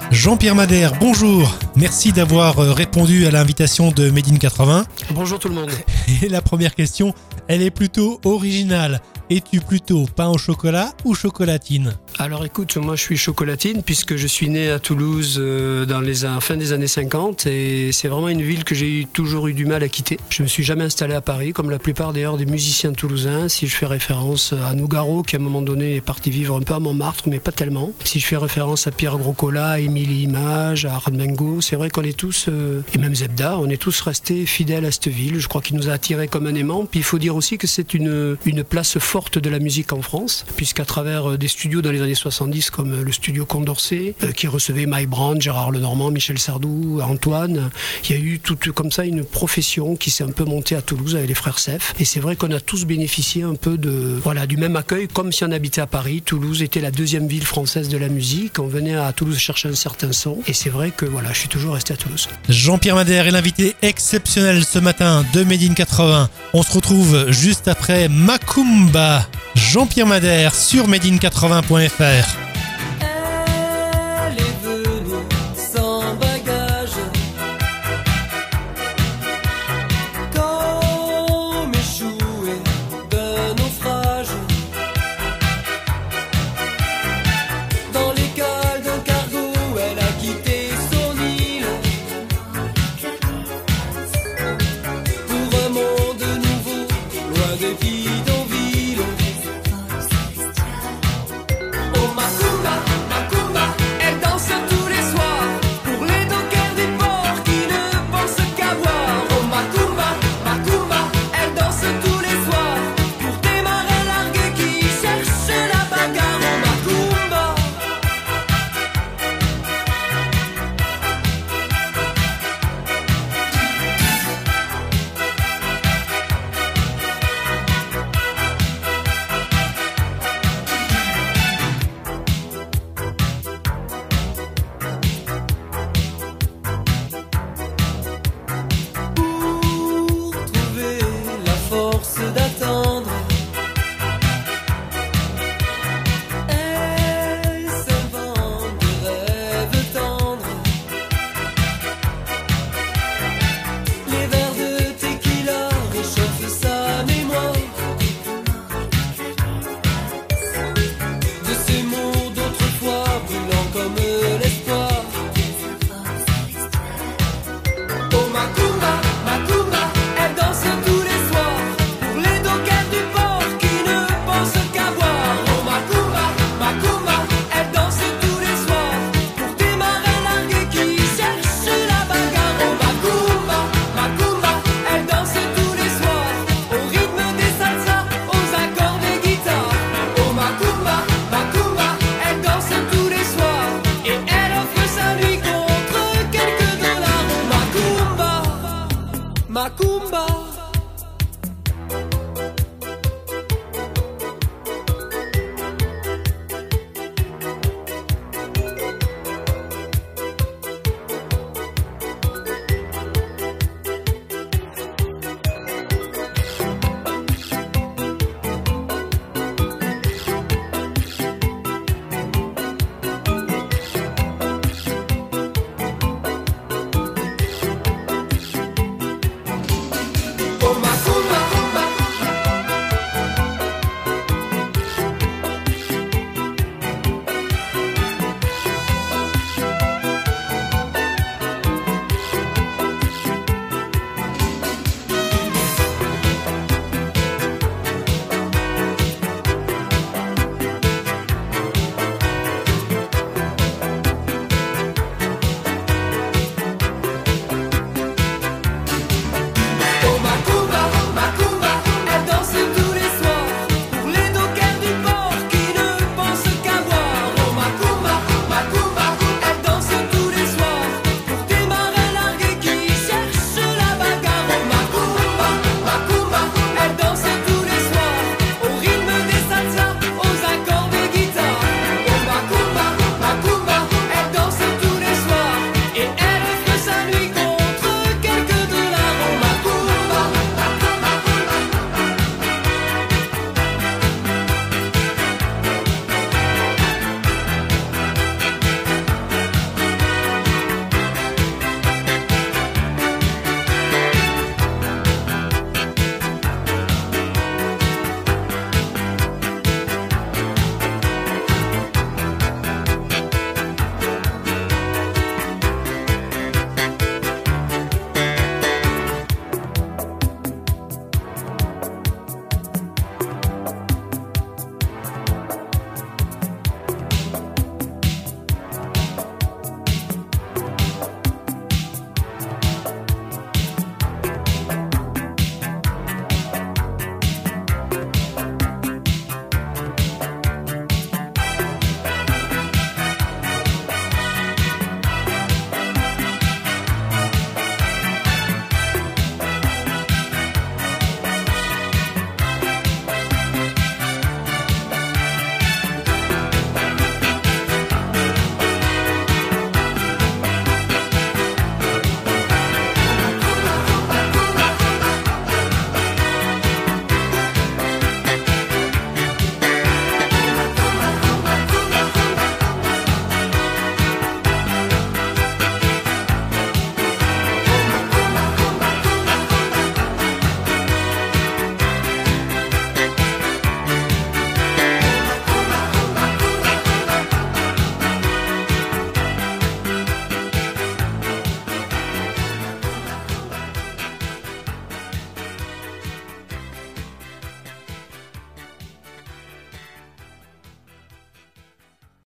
Jean-Pierre Madère, bonjour. Merci d'avoir répondu à l'invitation de Made in 80. Bonjour tout le monde. Et la première question, elle est plutôt originale. Es-tu plutôt pain au chocolat ou chocolatine ? Alors écoute, moi je suis chocolatine puisque je suis né à Toulouse dans les fin des années 50 et c'est vraiment une ville que j'ai toujours eu du mal à quitter. Je me suis jamais installé à Paris comme la plupart d'ailleurs des musiciens toulousains. Si je fais référence à Nougaro qui à un moment donné est parti vivre un peu à Montmartre mais pas tellement. Si je fais référence à Pierre Grocola, à Émilie Image, à Radmengo, c'est vrai qu'on est tous, et même Zebda, on est tous restés fidèles à cette ville. Je crois qu'il nous a attirés comme un aimant. Puis il faut dire aussi que c'est une place forte de la musique en France, puisqu'à travers des studios dans les années 70 comme le studio Condorcet, qui recevait Mike Brand, Gérard Lenormand, Michel Sardou, Antoine, il y a eu toute comme ça une profession qui s'est un peu montée à Toulouse avec les frères Seff. Et c'est vrai qu'on a tous bénéficié un peu du même accueil, comme si on habitait à Paris. Toulouse était la deuxième ville française de la musique. On venait à Toulouse chercher un certain son. Et c'est vrai que je suis toujours resté à Toulouse. Jean-Pierre Madère est l'invité exceptionnel ce matin de Made in 80. On se retrouve juste après Macumba. Jean-Pierre Madère sur madein80.fr.